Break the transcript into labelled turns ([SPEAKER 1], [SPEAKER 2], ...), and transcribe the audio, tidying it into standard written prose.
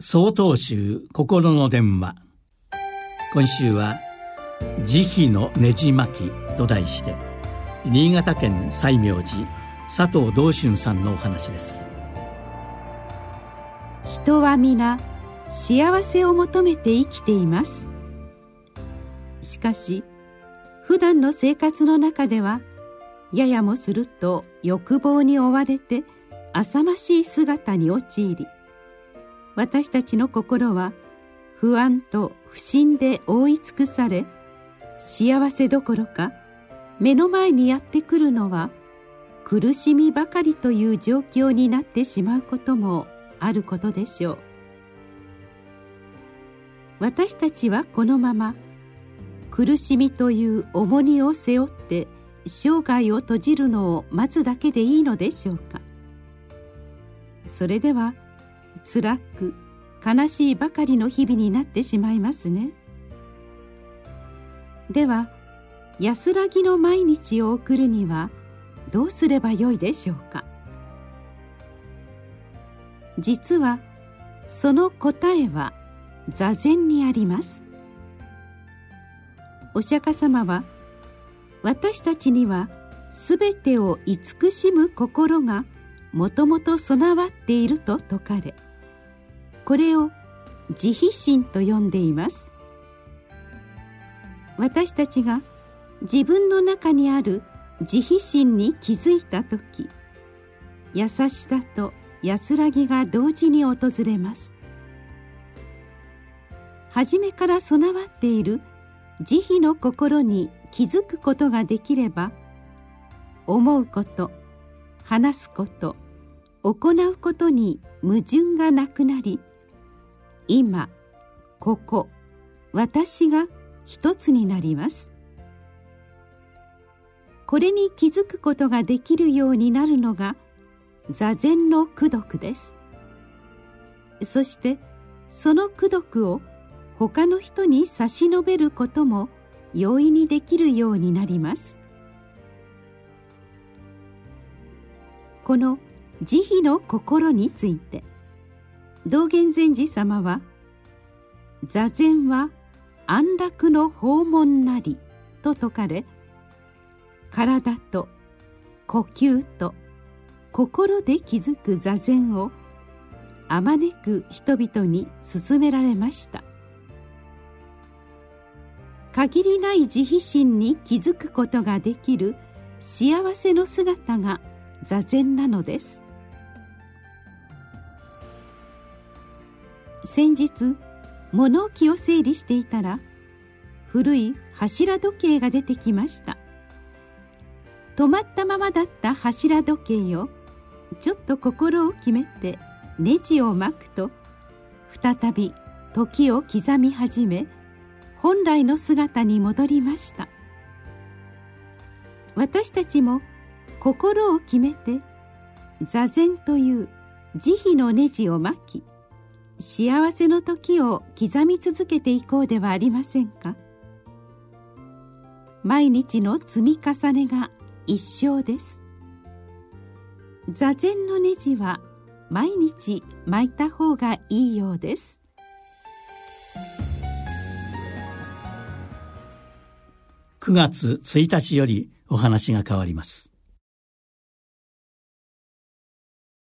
[SPEAKER 1] 曹洞宗心の電話。今週は慈悲のねじ巻きと題して、新潟県西明寺佐藤道春さんのお話です。
[SPEAKER 2] 人は皆幸せを求めて生きています。しかし普段の生活の中では、ややもすると欲望に追われて浅ましい姿に陥り、私たちの心は不安と不信で覆い尽くされ、幸せどころか目の前にやってくるのは苦しみばかりという状況になってしまうこともあることでしょう。私たちはこのまま苦しみという重荷を背負って生涯を閉じるのを待つだけでいいのでしょうか。それでは辛く悲しいばかりの日々になってしまいますね。では安らぎの毎日を送るにはどうすればよいでしょうか。実はその答えは座禅にあります。お釈迦様は、私たちにはすべてを慈しむ心がもともと備わっていると説かれ、これを慈悲心と呼んでいます。私たちが自分の中にある慈悲心に気づいたとき、優しさと安らぎが同時に訪れます。初めから備わっている慈悲の心に気づくことができれば、思うこと、話すこと、行うことに矛盾がなくなり、今、ここ、私が一つになります。これに気づくことができるようになるのが座禅の功徳です。そしてその功徳を他の人に差し伸べることも容易にできるようになります。この慈悲の心について、道元禅師様は、座禅は安楽の訪問なりと説かれ、体と呼吸と心で気づく座禅をあまねく人々に勧められました。限りない慈悲心に気づくことができる幸せの姿が座禅なのです。先日物置を整理していたら、古い柱時計が出てきました。止まったままだった柱時計をちょっと心を決めてネジを巻くと、再び時を刻み始め、本来の姿に戻りました。私たちも心を決めて座禅という慈悲のネジを巻き、幸せの時を刻み続けていこうではありませんか。毎日の積み重ねが一生です。座禅のネジは毎日巻いた方がいいようです。
[SPEAKER 1] 9月1日よりお話が変わります。